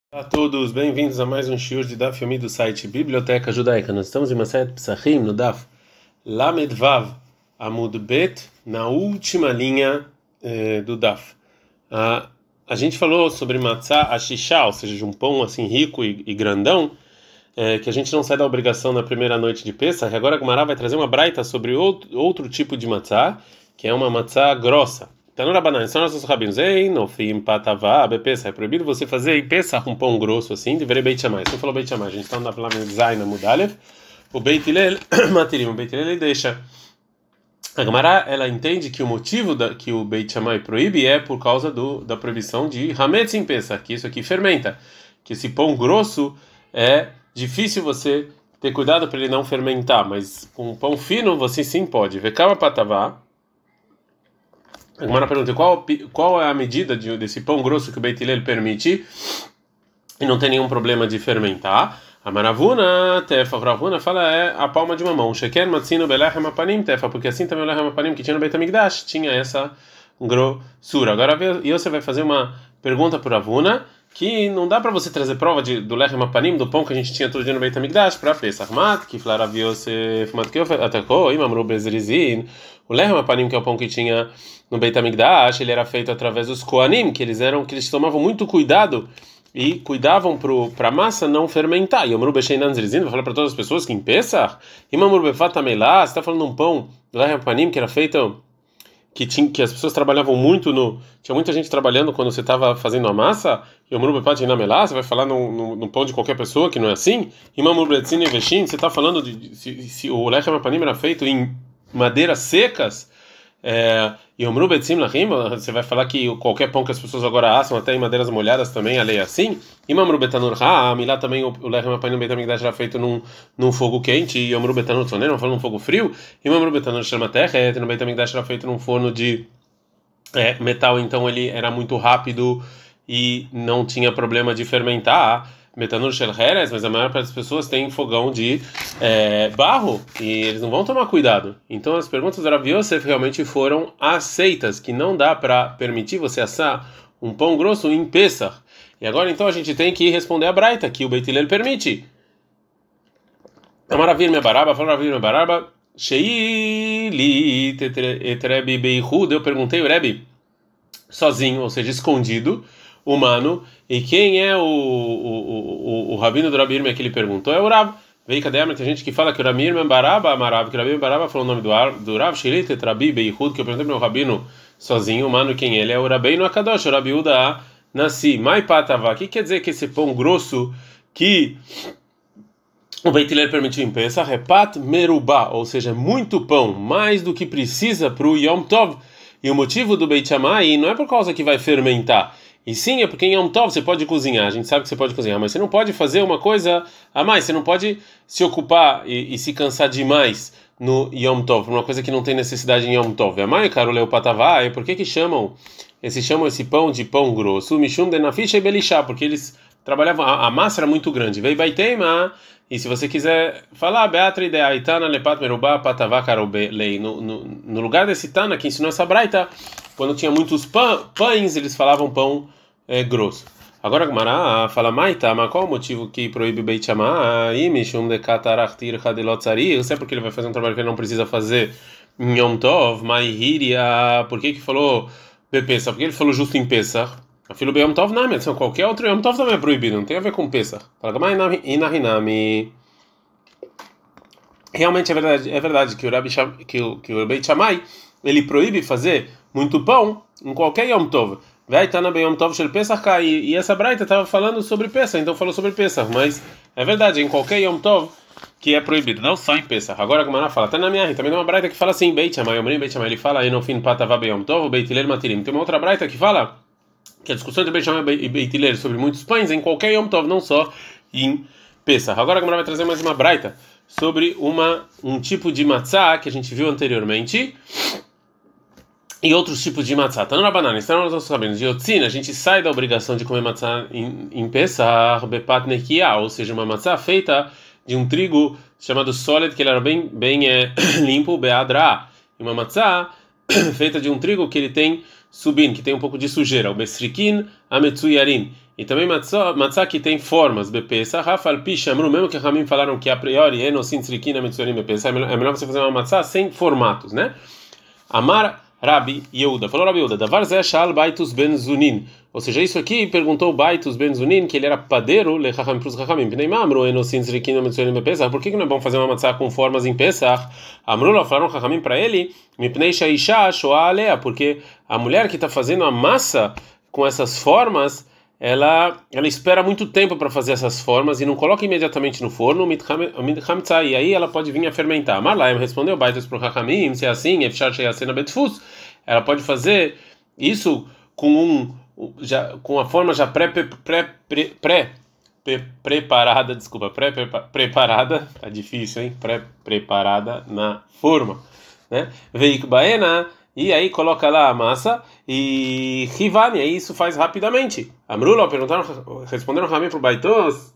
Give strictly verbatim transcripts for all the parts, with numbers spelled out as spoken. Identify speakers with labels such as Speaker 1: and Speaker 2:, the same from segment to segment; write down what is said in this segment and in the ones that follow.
Speaker 1: Olá a todos, bem-vindos a mais um shiur de Daf Yomi do site Biblioteca Judaica. Nós estamos em Masechet Pesachim, no Daf Lamed Vav Amud Bet, na última linha eh, do Daf. Ah, a gente falou sobre matzah ashishá, ou seja, de um pão assim rico e, e grandão, eh, que a gente não sai da obrigação na primeira noite de Pesach. Agora a Gemara vai trazer uma braita sobre outro, outro tipo de matzah, que é uma matzah grossa. Então, Rabanan, são nossos rabinos. Ei, no fim, patavá, bepesa. É proibido você fazer em Pesach um pão grosso assim, deveria Beit Shammai. Você falou Beit Shammai, a gente está na palavra Zaina Mudalev. O Beit Hillel, Matirim, o Beit Hillel ele deixa. A Gemara, ela entende que o motivo da, que o Beit Shammai proíbe é por causa do, da proibição de Hametz em Pesach, que isso aqui fermenta. Que esse pão grosso é difícil você ter cuidado para ele não fermentar, mas com um pão fino você sim pode. Vekama patavá. A Gemara pergunta qual, qual é a medida de, desse pão grosso que o Beit Hillel permite e não tem nenhum problema de fermentar. A Maravuna, Tefa, Ravuna fala é a palma de uma mão. Sheker matzino belechem apanim, Tefa, porque assim também o lechem apanim que tinha no Beit HaMikdash tinha essa grossura. Agora e você vai fazer uma pergunta para Ravuna que não dá para você trazer prova de, do lechem apanim, do pão que a gente tinha todo dia no Beit HaMikdash para Pesach. Mat, que Rav Yosef, mat que atacou, imamru bezrizin. O lechem apanim, que é o pão que tinha no Beit HaMikdash, ele era feito através dos koanim, que eles eram que eles tomavam muito cuidado e cuidavam para a massa não fermentar. E Yomru Besheinan Zrizin, vai falar para todas as pessoas que em Pesach, Imamur Befat Tamelá, você está falando de um pão do Lechem Panim que era feito, que, tinha, que as pessoas trabalhavam muito no. Tinha muita gente trabalhando quando você estava fazendo a massa. Yomru Befat Tamelá, você vai falar no, no, no pão de qualquer pessoa que não é assim. Imamur Betzin Veshin, você está falando de, de se, se o Lechem Panim era feito em madeiras secas. É, e o Mru Betzim Lahim, você vai falar que qualquer pão que as pessoas agora assam, até em madeiras molhadas também, a lei é assim. E Mamru Betanur Ha'am, lá também o Lechem Apanim no Beit HaMikdash era feito num, num fogo quente, e o Mamru Betanur Tzoner, não falando num fogo frio. E Mamru Betanur Shemater, no Beit HaMikdash era feito num forno de é, metal, então ele era muito rápido e não tinha problema de fermentar. Metanur Shel Heres, mas a maior parte das pessoas tem fogão de é, barro e eles não vão tomar cuidado. Então as perguntas do Rav Yosef realmente foram aceitas, que não dá para permitir você assar um pão grosso em Pesach. E agora então a gente tem que responder a Braita, que o Beit Hillel permite. Amaravir me baraba, falou Ravir me baraba, Sheili etrebi beihud, eu perguntei o Rebbe sozinho, ou seja, escondido, humano, e quem é o, o, o, o rabino do Rabi Irmia que ele perguntou? É o Rav. Veio cadê? Tem gente que fala que o Rabi Irmia Baraba, Amarav, que o Rabi Irmia Baraba falou o nome do, do Rav, Shirit, Trabi, Beihud, que eu perguntei para o rabino sozinho, humano, quem ele é? O Rabeinu Akadosh, o Rabi Uda Nassi, Mai Patava. O que quer dizer que esse pão grosso que o Beit Hillel permitiu em Pesach, Repat Merubá, ou seja, muito pão, mais do que precisa para o Yom Tov. E o motivo do Beit Shammai não é por causa que vai fermentar, e sim é porque em Yom Tov você pode cozinhar, a gente sabe que você pode cozinhar, mas você não pode fazer uma coisa a mais, você não pode se ocupar e, e se cansar demais no Yom Tov, por uma coisa que não tem necessidade em Yom Tov. Amai, caro Leo Patavá, e por que que chamam, esse chamam esse pão de pão grosso? Mishum de Nafish e Belishá, porque eles trabalhavam, a, a massa era muito grande, veio Baiteima. E se você quiser falar, Beatra ideia, Itana lepat merubá patavá karobelei, no no lugar desse Tana que ensinou essa braita, quando tinha muitos pã, pães, eles falavam pão é, grosso. Agora a Gemara fala, Maita, mas qual o motivo que proíbe Beit Shammai? Mishum de katarachtir hadelot tzari, eu sei porque ele vai fazer um trabalho que ele não precisa fazer em Yom Tov, Maihiria, por que que falou Bepesa? Porque ele falou justo em Pesach. A filho Yom Tov não, mas qualquer outro Yom Tov também é proibido, não tem a ver com Pesach. Realmente é verdade, é verdade que o Rabi que o que o Beit Shammai ele proíbe fazer muito pão em qualquer Yom Tov. Vai estar na Yom Tov shel Pesach e, e essa braita estava falando sobre Pesach, então falou sobre Pesach, mas é verdade, em qualquer Yom Tov que é proibido, não só em Pesach. Agora a Gemara fala, tá na minha, também tem uma braita que fala assim, Beit Shammai, Omrim Beit Shammai, ele fala aí no fim patavá Yom Tov, Beit Hillel matirim. Tem uma outra braita que fala que a discussão entre Beit Shammai e Beit Hillel sobre muitos pães em qualquer Yom Tov, não só em Pesach. Agora a Gemara vai trazer mais uma braita sobre uma, um tipo de matzá que a gente viu anteriormente e outros tipos de matzá. Tá na banana, estão nos nossos rabinos. De Yotzin, a gente sai da obrigação de comer matzá em, em Pesach, Bepat Nekiah, ou seja, uma matzá feita de um trigo chamado sólido, que ele era bem, bem é, limpo, Beadra, e uma matzá feita de um trigo que ele tem subin, que tem um pouco de sujeira, o Besrikin Ametsuyarin. E também matzah, matzah que tem formas, B P S, Rafal Pishamru, mesmo que a Ramim falaram que a priori enosin tzrikina mitzurim B P S, é melhor você fazer uma matzah sem formatos, né? Amar Rabi Yehuda, falou Rabi Yehuda, Davar Zé Shal Baitus Ben Zunin, ou seja, isso aqui perguntou Baitus Ben Zunin, que ele era padeiro, le Chachamim para os Chachamim, Pnei Mamru, enosin tzrikina mitzurim B P S, por que não é bom fazer uma matzah com formas em Pesach? Amru, lá falaram Chachamim para ele, Mipnei Shaisha Shoa Alea, porque a mulher que está fazendo a massa com essas formas, ela ela espera muito tempo para fazer essas formas e não coloca imediatamente no forno, e aí ela pode vir a fermentar. Marlaim respondeu, Baitus pro Chachamim, se é assim, Efshar Sheyasena Betfus, ela pode fazer isso com um já com a forma já pré pré pré, pré, pré preparada, desculpa, pré preparada, tá difícil, hein? Pré preparada na forma, né? Veik baena. E aí coloca lá a massa e Rivani, aí isso faz rapidamente. Amrula, perguntaram, responderam Ramim pro Baitos.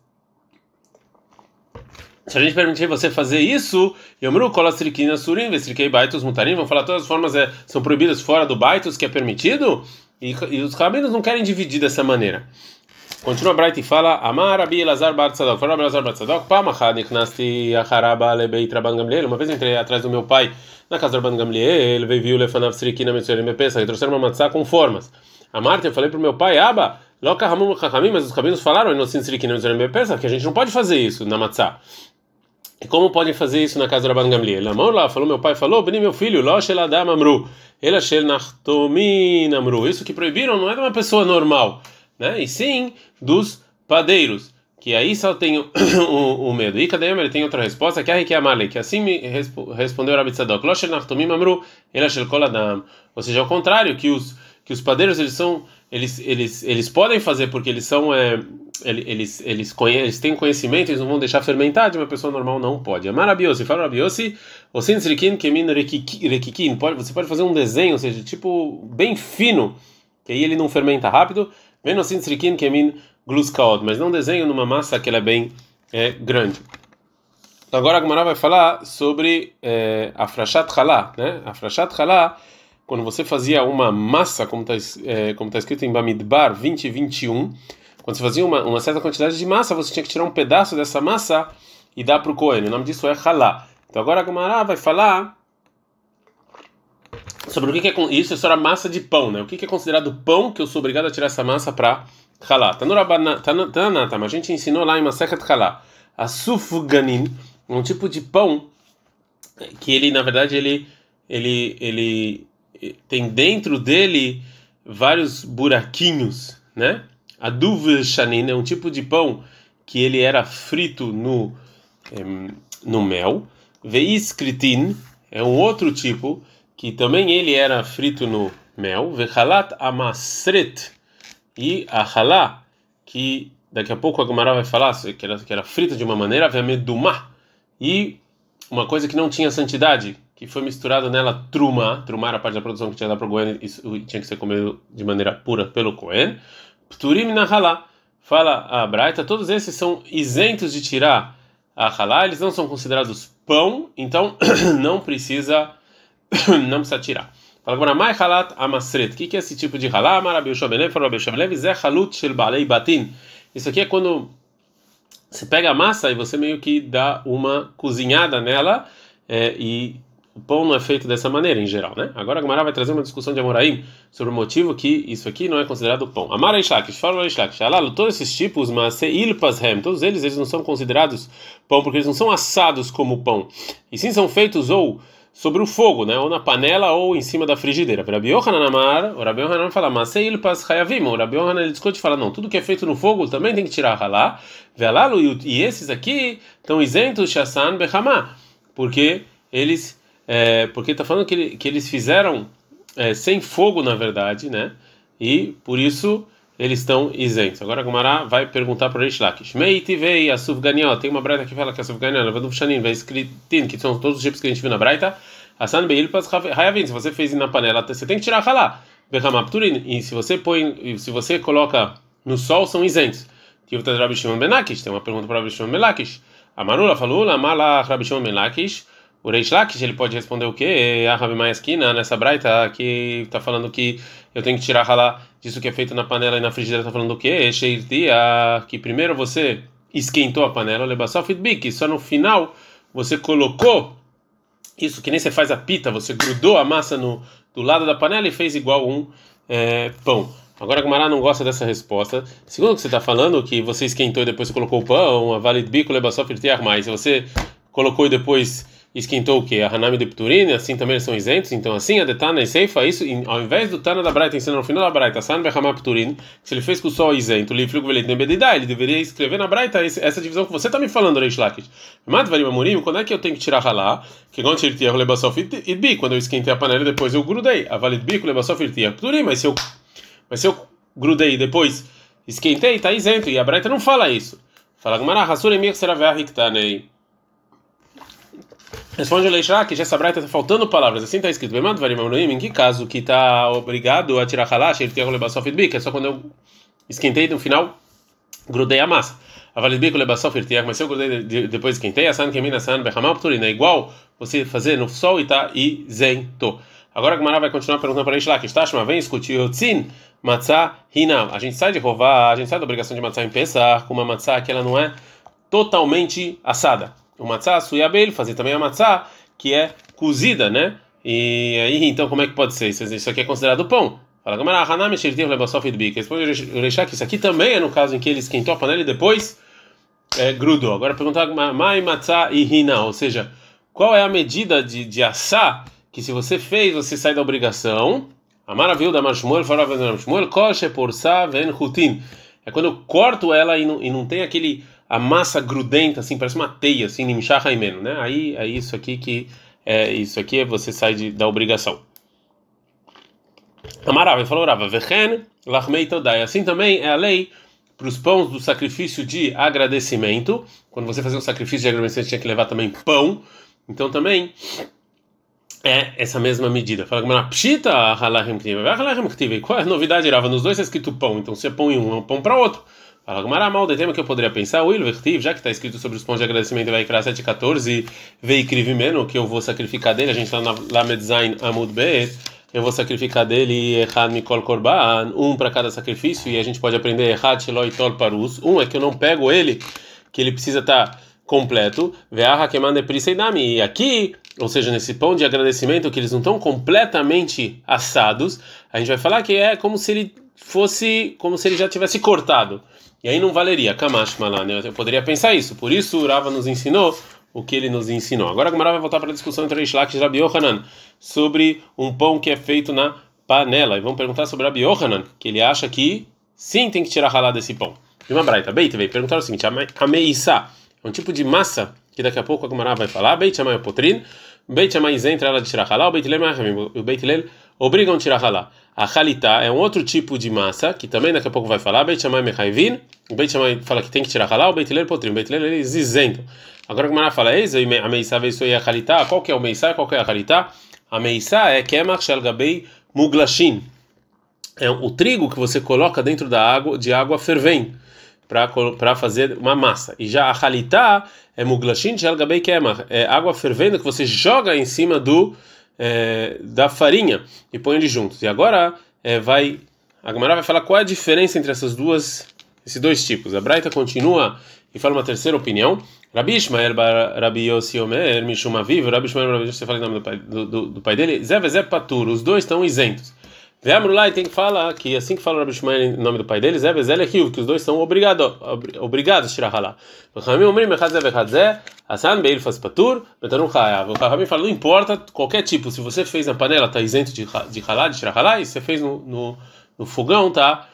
Speaker 1: Se a gente permitir você fazer isso, Yomru, Kolastrikina Surim, Vestrikei Baitos Mutarim, vão falar todas as formas é, são proibidas fora do Baitos, que é permitido, e, e os rabinos não querem dividir dessa maneira. Continua Bright e fala: Amar Rabi Elazar Bar Tzadok. Fala Rabi Elazar Bar Tzadok. Pamachad Niknasti Acharaba Lebeit Rabban Gamliel. Uma vez entrei atrás do meu pai na casa do Rabban Gamliel. Ele veio lefanav srikina mitzurim bepesach. E trouxeram uma matzá com formas. Amar, eu falei pro meu pai: Aba, loka hamum chachamim. Mas os rabinos falaram: Enosin srikina mitzurim bepesach, que a gente não pode fazer isso na matzá. E como podem fazer isso na casa do Rabban Gamliel? Amor lá falou, meu pai falou: Beni, meu filho, lo shel adam amru, ela shel nachtomin amru. Isso que proibiram não é de uma pessoa normal, né? E sim dos padeiros, que aí só tem o, o, o medo. E cadê ele? Tem outra resposta, que é que é que assim me respo, respondeu Rabi Tzadok, Lo shel nachtomim amru, ela shel kol adam. Ou seja, ao contrário, que os que os padeiros eles são eles eles eles podem fazer porque eles são é, eles eles conhecem, eles têm conhecimento, eles não vão deixar fermentar, de uma pessoa normal não pode. Amar Rabiosi, fala Rabiosi, o sinsrikin kemin rekikin, pode, você pode fazer um desenho, ou seja, tipo bem fino, que aí ele não fermenta rápido. Vendo sinsrikin kemin gluskaot, mas não desenho numa massa que ela é bem é, grande. Agora a Gemara vai falar sobre é, a frashat chalá, né? A frashat chalá, quando você fazia uma massa, como está é, como tá escrito em Bamidbar vinte e vinte e um, quando você fazia uma, uma certa quantidade de massa, você tinha que tirar um pedaço dessa massa e dar para o Cohen. O nome disso é chalá. Então agora a Gemara vai falar sobre o que é isso, é só a massa de pão, né? O que é considerado pão que eu sou obrigado a tirar essa massa para halá. Tá no Rabanata, mas a gente ensinou lá em Masechet Halá. A sufganin, um tipo de pão que ele, na verdade, ele, ele, ele tem dentro dele vários buraquinhos, né? A duvchanin é um tipo de pão que ele era frito no, no mel. Veiskritin é um outro tipo que também ele era frito no mel, vechalat amasret, e a halá, que daqui a pouco a Gemara vai falar que era, que era frita de uma maneira, vemedumá, e uma coisa que não tinha santidade, que foi misturado nela truma, truma era a parte da produção que tinha dado para o Cohen, isso tinha que ser comido de maneira pura pelo Cohen, pturim na halá, fala a Braita, todos esses são isentos de tirar a halá, eles não são considerados pão, então não precisa não precisa tirar. Fala agora, mai halat amasret. O que que é esse tipo de halá? Marabil shabelev, fala Rabi Shabelev, zé halut shel balei batin. Isso aqui é quando você pega a massa e você meio que dá uma cozinhada nela, é, e o pão não é feito dessa maneira em geral, né? Agora a Gemara vai trazer uma discussão de Amoraim sobre o motivo que isso aqui não é considerado pão. Amara Ishlakish, fala Ishlakish, todos esses tipos, mas ilpashem, todos eles eles não são considerados pão porque eles não são assados como pão, e sim são feitos ou sobre o fogo, né? Ou na panela ou em cima da frigideira. Rabi Yohanan amar, o Rabi Yohanan fala, mas se ele pas hayavim, o Rabi Yohanan ele discute e fala, não, tudo que é feito no fogo também tem que tirar halá, velalo, e esses aqui estão isentos shassan bechamá, porque eles, é, porque está falando que, ele, que eles fizeram é, sem fogo, na verdade, né? E por isso eles estão isentos. Agora a Gemara vai perguntar para Reish Lakish. Meiti vei a sufganiot. Tem uma braita que fala que a sufganiot, a duvchanin, vai escritin, que são todos os tipos que a gente viu na braita. Asan beilpas hayavin. Se você fez na panela, você tem que tirar halá. Bechamapturin. E se você põe, se você coloca no sol, são isentos. Tive Rabi Shimon ben Lakish. Tem uma pergunta para Rabi Shimon ben Lakish. A Marula falou, Amala Rabi Shimon ben Lakish. o Reish Lakish, ele pode responder o quê? A Rabi Maiaskina, nessa braita que está falando que eu tenho que tirar halá disso que é feito na panela e na frigideira, está falando o quê? Sheirtia, que primeiro você esquentou a panela, lebassol fitbik, só no final você colocou isso que nem você faz a pita, você grudou a massa no do lado da panela e fez igual um é, pão. Agora a Gemara não gosta dessa resposta. Segundo o que você está falando, que você esquentou e depois você colocou o pão, a valid bico lebassol firtiach mais. Você colocou e depois esquentou o quê? A hanami de pturine, assim também eles são isentos. Então assim, a detana e seifa, isso, ao invés do tana da braita ensinando no final da braita, san behama pturine, se ele fez com o sol isento, li flugo velet nebedidá, ele deveria escrever na braita essa divisão que você está me falando, Reish Lakish. Mat varim amurim, quando é que eu tenho que tirar halá? Que quando ele tinha lebassol firtiach, quando eu esquentei a panela e depois eu grudei. A valid bico lebassol firtiach pturine, mas se eu Mas se eu grudei e depois esquentei, está isento. E a Braita não fala isso. Fala, Gemara, Hassur emir será riktanei. Responde o Reish Lakish, essa Braita está faltando palavras. Assim está escrito. Em que caso que está obrigado a tirar halá, que é só quando eu esquentei no final, grudei a massa. A validbico lebassol firtiach, mas se eu grudei depois esquentei, a san kemina san bechamal pturina, é igual você fazer no sol e está isento. Agora a Gemara vai continuar perguntando para Reish Lakish, Tashma, vem escutar Yotzin matzah hinam. A gente sai de rová, a gente sai da obrigação de matzah em Pesach com uma matzah que ela não é totalmente assada. O matzah suyabel, fazer também a matzah que é cozida, né? E aí, então, como é que pode ser? Isso aqui é considerado pão. Fala, Gemara, hanami shirtiv lebassol fitbik. Responde o Reish Lakish, isso aqui também é no caso em que ele esquentou a panela e depois é, grudou. Agora perguntar, mai matzah e hinam, ou seja, qual é a medida de, de assar que se você fez, você sai da obrigação. A maravilha da Marshmuel, fala da Marshmuel, koshe porsa ven rutin. É quando eu corto ela e não, e não tem aquele a massa grudenta assim, parece uma teia assim, nimshach haimeno, né? Aí é isso aqui que é isso aqui é você sai de, da obrigação. A maravilha falou rava vechen lachmei todai. Assim também é a lei para os pães do sacrifício de agradecimento. Quando você fazia um sacrifício de agradecimento, tinha que levar também pão. Então também é essa mesma medida. Fala que pshita halachim ktiv, halachim ktiv. Qual é a novidade, Rava? Nos dois é escrito pão, então se é pão em um, é um pão para outro. Fala que mal de tema que eu poderia pensar, o ilvertiv, já que está escrito sobre os pães de agradecimento, vai criar sete quatorze, veikrivimeno, que eu vou sacrificar dele. A gente está na Lamed Zain Amud Bet. Eu vou sacrificar dele Echad Mikol Korban, um para cada sacrifício, e a gente pode aprender Echad Shelo Itol Parus. Um é que eu não pego ele, que ele precisa estar tá completo. Ve'aha Keman Depriseidami. E aqui, ou seja, nesse pão de agradecimento, que eles não estão completamente assados, a gente vai falar que é como se ele fosse, como se ele já tivesse cortado. E aí não valeria. Kamash Malan. Eu poderia pensar isso. Por isso, o Rava nos ensinou o que ele nos ensinou. Agora a Gemara vai voltar para a discussão entre Reish Lakish e Rabi Yohanan sobre um pão que é feito na panela. E vamos perguntar sobre Rabi Yohanan, que ele acha que sim tem que tirar ralá desse pão. E uma braita, Beit veio perguntar o seguinte: a meissá é um tipo de massa que daqui a pouco a Gemara vai falar. Beit chamai potrin, Beit chamai isenta ela de tirar ralá, o Beit Hillel o Beit Hillel obrigam a tirar ralá. A chalitá é um outro tipo de massa que também daqui a pouco vai falar. Beit chamai mechaivin, o Beit chamai fala que tem que tirar ralá, o Beit Hillel potrin, o Beit Hillel eles isentam. Agora a Gemara fala, eis a meissá veio isso aí a chalitá. Qual que é o meissá e qual que é a chalitá? A meissá é kemach shel gabei muglashin. É o trigo que você coloca dentro da água, de água fervente, para para fazer uma massa. E já a chalitá é muglashin shel gabei kemach, é água fervendo que você joga em cima do é, da farinha e põe eles juntos. E agora é, vai a Gemara vai falar qual é a diferença entre essas duas esses dois tipos. A Braita continua e fala uma terceira opinião. Rabi Ishmael, Rabi Yossi Omer, Mishum Aviv, Rabi Ishmael, Rabi Yossi, você fala o nome do pai, do, do, do pai dele, Zé Vezé Patur, os dois estão isentos. Ve'amrulai tem que falar que assim que fala o Rabi Ishmael o nome do pai dele, Zé Vezé Lechiv, que os dois são obrigados obrigados a tirar halá. O Ramim Omrim, Echad Zé Vechad Zé, Hasan Beil faz Patur, Betanum Chayav. O Ramim fala, não importa qualquer tipo, se você fez na panela, está isento de, de halá, de tirar halá, e se você fez no, no, no fogão, tá?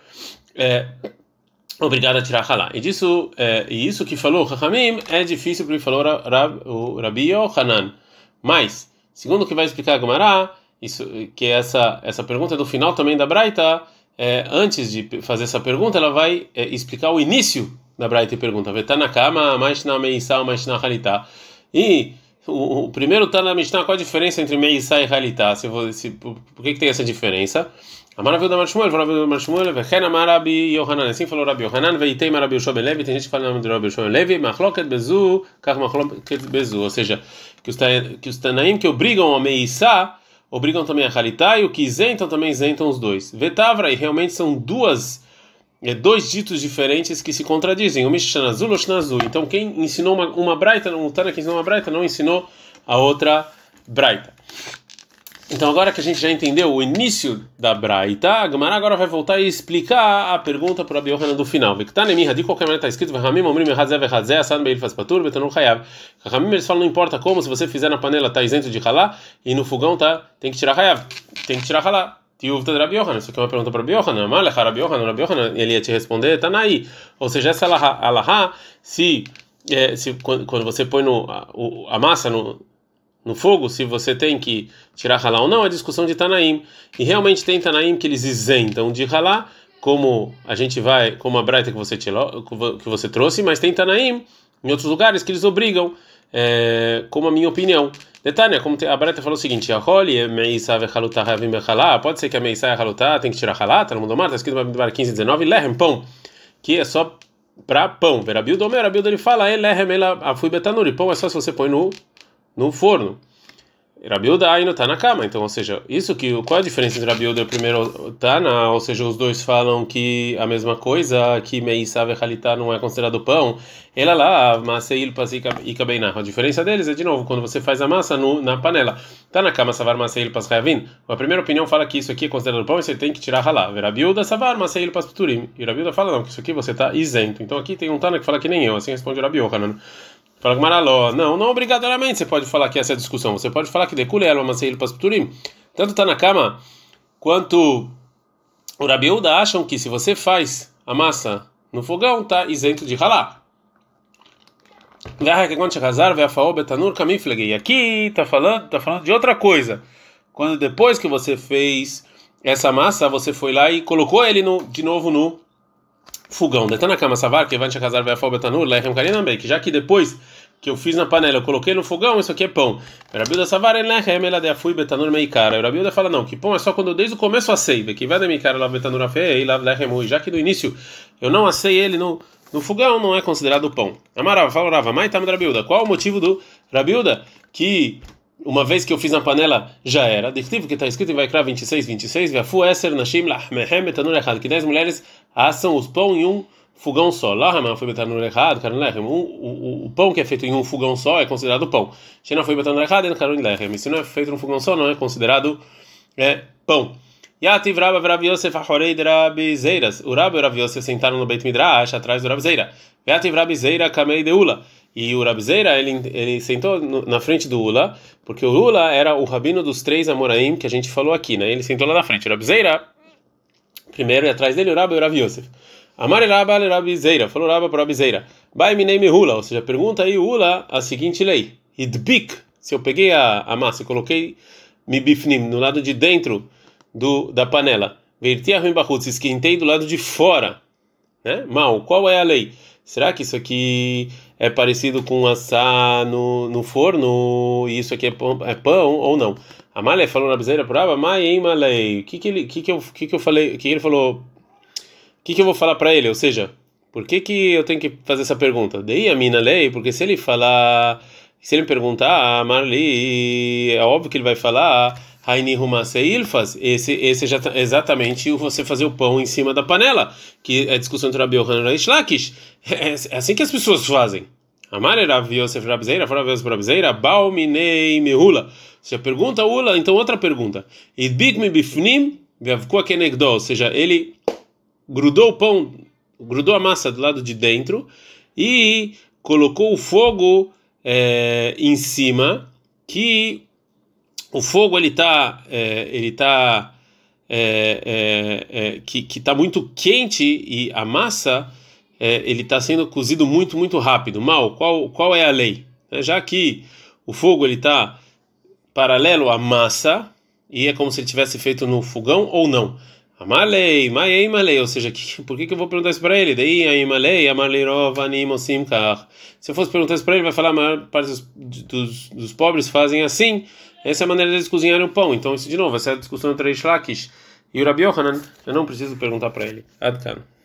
Speaker 1: É, obrigado a tirar halá. E disso, é, e isso que falou o Chachamim é difícil porque falou Rab, o Rabi Yohanan. Mas, segundo o que vai explicar a Gemara, isso, que essa essa pergunta do final também da Braita, é, antes de fazer essa pergunta, ela vai é, explicar o início da Braita e pergunta: Vetanakama, Maishna Meissá, Maishna Halitá. E o, o primeiro tá na Mishnah, qual a diferença entre Meissá e Halitá? Se, se, por, por que, que tem essa diferença? Amaraviu da Marshmuel, Amaraviu da Marshmuel, Vechen Amarabi Yohanan, assim falou Rabi Yohanan, Veitei Marabi Yoshua ben Levi, tem gente que fala o nome de Rabi Yoshua ben Levi, Machloket Bezu, Kach Machloket Bezu, ou seja, que os, que os Tanaim que obrigam a Meissá, obrigam também a Halitá, e o que isentam também isentam os dois. Vetavra, e realmente são duas, é, dois ditos diferentes que se contradizem, o Mishnazul ou Shnazul. Então quem ensinou uma, uma braita, um Tana que ensinou uma braita, não ensinou a outra braita. Então agora que a gente já entendeu o início da braita, a Gemara agora vai voltar e explicar a pergunta para o Rabi Yohanan do final. De qualquer maneira está escrito, Ramim eles falam, não importa como, se você fizer na panela está isento de halá, e no fogão tá, tem que tirar hayav, tem que tirar halá. Tiúvta de Rabi Yohanan, isso aqui é uma pergunta para o Rabi Yohanan, Amalecha Rabi Yohanan, Rabi Yohanan, ele ia te responder, tá naí. Ou seja, essa alahá, se, é, se quando, quando você põe no, a, a massa no no fogo, se você tem que tirar halá ou não, é discussão de Tanaim. E realmente tem Tanaim que eles isentam de halá, como a gente vai, como a braita que você tirou, que você trouxe, mas tem Tanaim em outros lugares que eles obrigam, é, como a minha opinião. Detalhe, como a braita falou o seguinte: pode ser que a meissá e a halutá tem que tirar halá, tá no mundo mar, está escrito no quinze, dezenove, lehem, pão, que é só para pão. Verabildo, o Verabildo ele fala, lehem, ela afui betanuri, pão é só se você põe no no forno. Rabiuda aí não tá na cama, então, ou seja, isso que qual é a diferença entre Rabiuda e o primeiro Tana, ou seja, os dois falam que a mesma coisa, que meissá e halitá não é considerado pão. Ela lá, maseil pasika e kabeiná. A diferença deles é de novo quando você faz a massa no, na panela. Tá na cama savar maseil pas ravin. A primeira opinião fala que isso aqui é considerado pão e você tem que tirar halá. Rabiuda savar maseil pas pturim. E Rabiuda fala não, que isso aqui você tá isento. Então aqui tem um Tana que fala que nem eu, assim responde Rabi Yohanan. Fala com Maraló, não, não obrigatoriamente você pode falar que essa é a discussão. Você pode falar que decule ela, mas ele passa turim. Tanto tá na cama quanto o Rabi Uda acham que se você faz a massa no fogão, tá isento de halá. E aqui tá falando, tá falando de outra coisa. Quando depois que você fez essa massa, você foi lá e colocou ele no, de novo no fogão. Detana cama savar que vai te casar vai afal betanur lehem karinam bem, que já que depois que eu fiz na panela eu coloquei no fogão, isso aqui é pão. Rabiuda savar ele lehem ela de afui betanur meikara. Rabiuda fala não, que pão é só quando eu desde o começo assei, que vai da meikara lá betanur afei e lá lehem, já que no início eu não assei ele no no fogão, não é considerado pão. Amarava fala Rava, mai tam Rabiuda. Qual o motivo do Rabiuda que uma vez que eu fiz na panela, já era. Dictivo que está escrito em Vaikra vinte e seis, vinte e seis, Vefu Eser Nashim Lahmehem Betanur Echad, que dez mulheres assam os pão em um fogão só. Lahma foi Betanur Echad, Karon Lechem. O pão que é feito em um fogão só é considerado pão. Shena foi Betanur Echad, Karon Lechem. Se não é feito num fogão só, não é considerado é, pão. Yativ Rabba Rabi Yosef Ahorei de Rabi Zeiras. O Rabba e o Rabi Yosef sentaram no Beit Midrash atrás do Rabi Zeira. Yativ Rabi Zeira Kamei de Ula. E o Rabi Zeira, ele, ele sentou no, na frente do Ula, porque o Ula era o rabino dos três Amoraim que a gente falou aqui, né? Ele sentou lá na frente. O Rabi Zeira, primeiro e atrás dele, o Rabba e o Rabi Yosef. Amar el Rabba el Rabi Zeira. Falou o Rabba para o Rabi Zeira. Bai minei mehula. Ou seja, pergunta aí o Ula a seguinte lei. Idbik. Se eu peguei a, a massa e coloquei mibifnim no lado de dentro do, da panela. Verti a ruim se esquentei do lado de fora. Né? Mal. Qual é a lei? Será que isso aqui é parecido com assar no, no forno e isso aqui é pão, é pão ou não? A Malé falou na bizeira por Abba, Mai em Malé. O que que ele, que que eu, que que eu falei? O que ele falou? O que que eu vou falar para ele? Ou seja, por que que eu tenho que fazer essa pergunta? Daí a mina lei, porque se ele falar, se ele me perguntar, ah, Marli, é óbvio que ele vai falar. Esse, esse é exatamente você fazer o pão em cima da panela, que é a discussão entre Rabi Yohanan e Reish Lakish. É assim que as pessoas fazem. Amar Rabi Yosef Rabi Zeira, fora Rabi Yosef Rabi Zeira, Baal minei mehula. Se a pergunta ula, então outra pergunta. Idbik me bifnim veavkua kenegdo, ou seja, ele grudou o pão, grudou a massa do lado de dentro e colocou o fogo é, em cima, que o fogo ele tá é, ele tá é, é, é, que que tá muito quente e a massa é, ele está sendo cozido muito muito rápido. Mal, qual qual é a lei? É, já que o fogo ele tá paralelo à massa e é como se ele tivesse feito no fogão ou não? Amalei, maiei malei, ou seja, que, por que que eu vou perguntar isso para ele? Daí aí malei, amalei rovanim osimkar. Se eu fosse perguntar isso para ele, vai falar a maior parte dos, dos, dos pobres fazem assim. Essa é a maneira deles cozinharem o pão. Então, isso de novo, essa é a discussão entre Reish Lakish E o Rabi Yohanan, eu não preciso perguntar para ele. Adkan.